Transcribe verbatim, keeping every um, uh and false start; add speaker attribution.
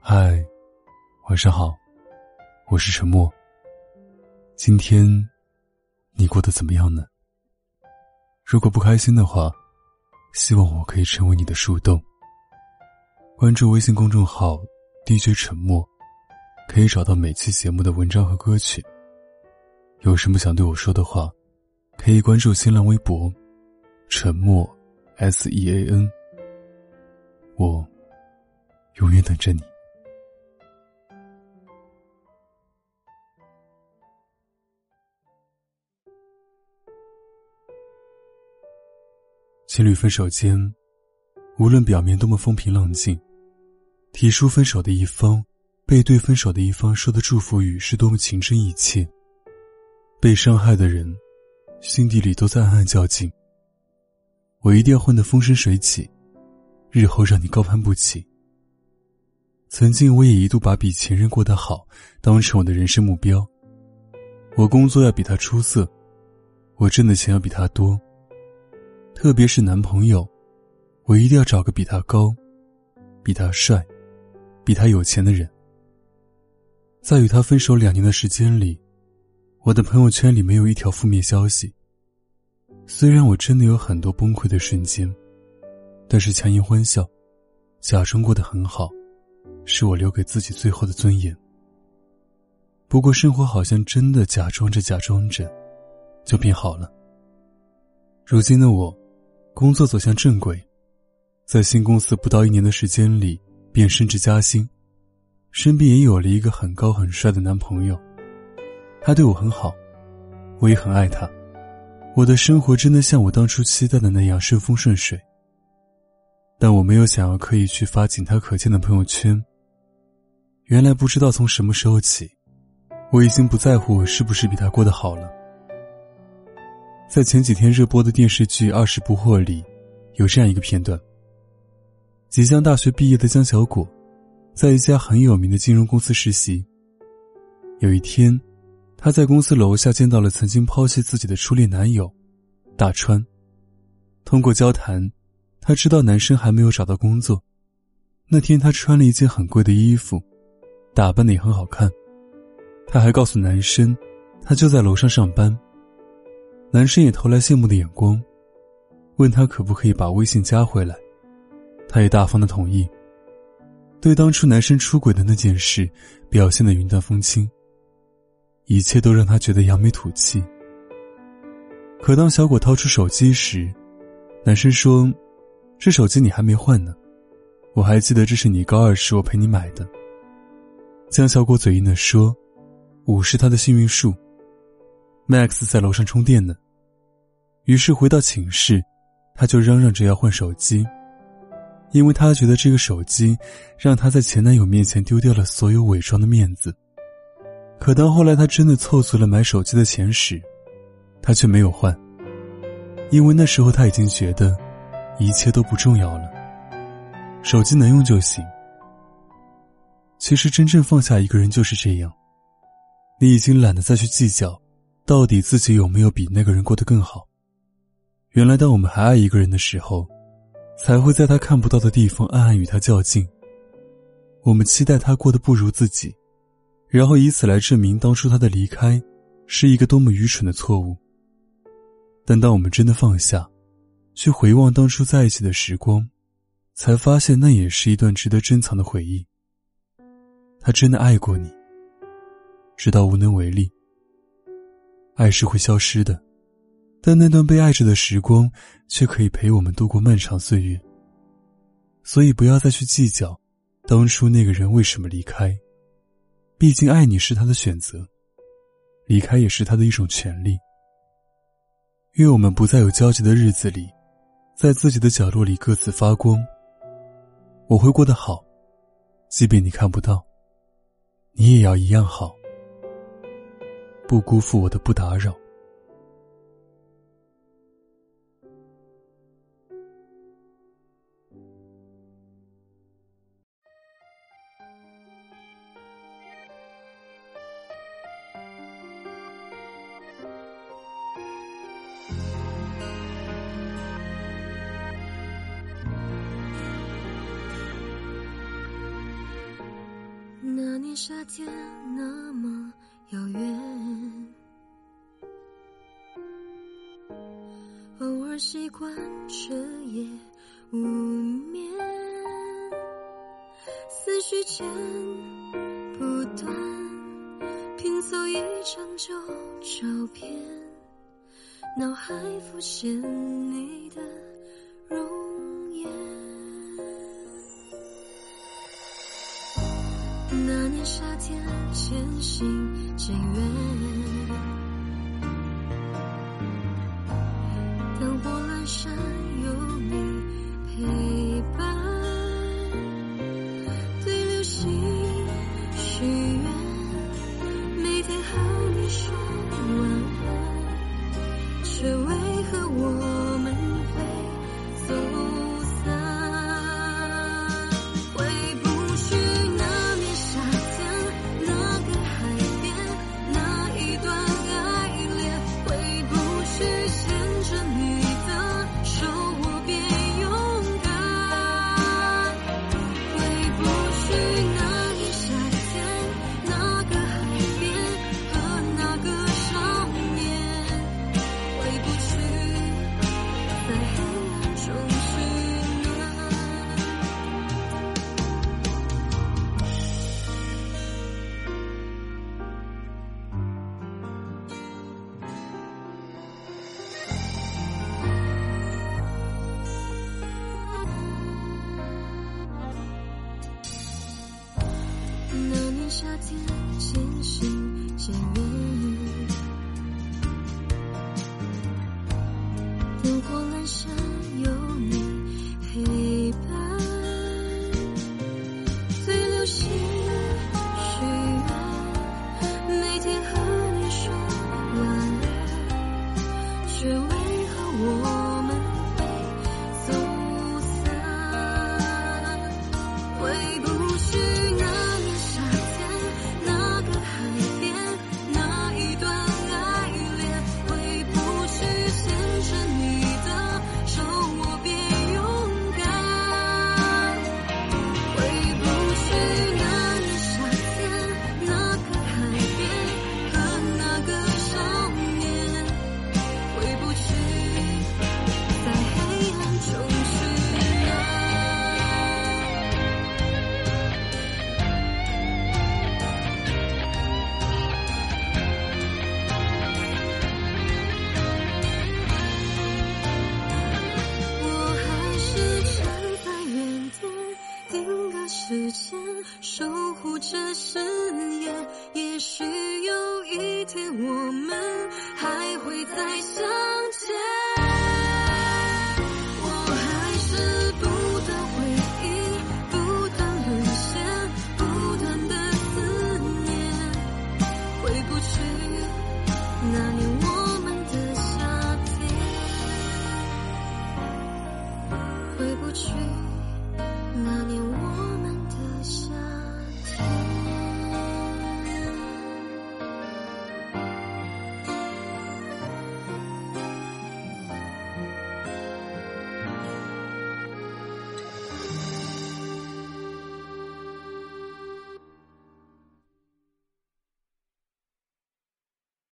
Speaker 1: 嗨，晚上好，我是沉默。今天你过得怎么样呢？如果不开心的话，希望我可以成为你的树洞。关注微信公众号 D J 沉默，可以找到每期节目的文章和歌曲。有什么想对我说的话，可以关注新浪微博沉默 S E A N， 我永远等着你。情侣分手间，无论表面多么风平浪静，提出分手的一方被对分手的一方说的祝福语是多么情真意切，被伤害的人心底里都在暗暗较劲，我一定要混得风生水起，日后让你高攀不起。曾经我也一度把比前任过得好当成我的人生目标，我工作要比他出色，我挣的钱要比他多，特别是男朋友，我一定要找个比他高、比他帅、比他有钱的人。在与他分手两年的时间里，我的朋友圈里没有一条负面消息。虽然我真的有很多崩溃的瞬间，但是强颜欢笑，假装过得很好，是我留给自己最后的尊严。不过生活好像真的假装着假装着就变好了。如今的我工作走向正轨，在新公司不到一年的时间里便升职加薪，身边也有了一个很高很帅的男朋友。他对我很好，我也很爱他，我的生活真的像我当初期待的那样顺风顺水。但我没有想要刻意去发仅他可见的朋友圈。原来不知道从什么时候起，我已经不在乎我是不是比他过得好了。在前几天热播的电视剧《二十不惑》里，有这样一个片段：即将大学毕业的江小果，在一家很有名的金融公司实习。有一天，他在公司楼下见到了曾经抛弃自己的初恋男友大川。通过交谈，他知道男生还没有找到工作。那天他穿了一件很贵的衣服，打扮得也很好看。他还告诉男生，他就在楼上上班。男生也投来羡慕的眼光，问他可不可以把微信加回来，他也大方地同意。对当初男生出轨的那件事表现得云淡风轻，一切都让他觉得扬眉吐气。可当小果掏出手机时，男生说，这手机你还没换呢，我还记得这是你高二时我陪你买的。江小果嘴硬地说，五是他的幸运数， Max 在楼上充电呢。于是回到寝室，他就嚷嚷着要换手机，因为他觉得这个手机让他在前男友面前丢掉了所有伪装的面子。可当后来他真的凑足了买手机的钱时，他却没有换，因为那时候他已经觉得一切都不重要了，手机能用就行。其实真正放下一个人就是这样，你已经懒得再去计较到底自己有没有比那个人过得更好。原来当我们还爱一个人的时候，才会在他看不到的地方暗暗与他较劲。我们期待他过得不如自己，然后以此来证明当初他的离开是一个多么愚蠢的错误。但当我们真的放下，去回望当初在一起的时光，才发现那也是一段值得珍藏的回忆。他真的爱过你，直到无能为力。爱是会消失的，但那段被爱着的时光却可以陪我们度过漫长岁月。所以不要再去计较当初那个人为什么离开，毕竟爱你是他的选择，离开也是他的一种权利。愿我们不再有交集的日子里，在自己的角落里各自发光。我会过得好，即便你看不到，你也要一样好，不辜负我的不打扰。
Speaker 2: 夏天那么遥远，偶尔习惯彻夜无眠，思绪间不断拼凑一张旧照片，脑海浮现你的容颜。那年夏天渐行渐远，灯火阑珊有你陪伴，对流星许愿，每天和你说晚安，却为何我们会走散？回不去那年夏天，那个海边，那一段爱恋，回不去牵着你的手，我别勇敢。回不去那年夏天，那个海边和那个少年，回不去在黑暗中取暖。那年夏天渐行渐远，灯火阑珊有你陪伴，对流星许愿，每天和你说晚安，却为何我们会走散？回不去那年夏天，那个海边，那一段爱恋，回不去牵着你的手，我别勇敢。回不去那年夏天，那个海边和那个少年，回不去在黑暗中取暖。我还是站在原点，定格时间，守护着誓言。也许有一天我们还会再相见。我还是不断回忆，不断沦陷，不断的思念，回不去那年我们的夏天，回不去那年我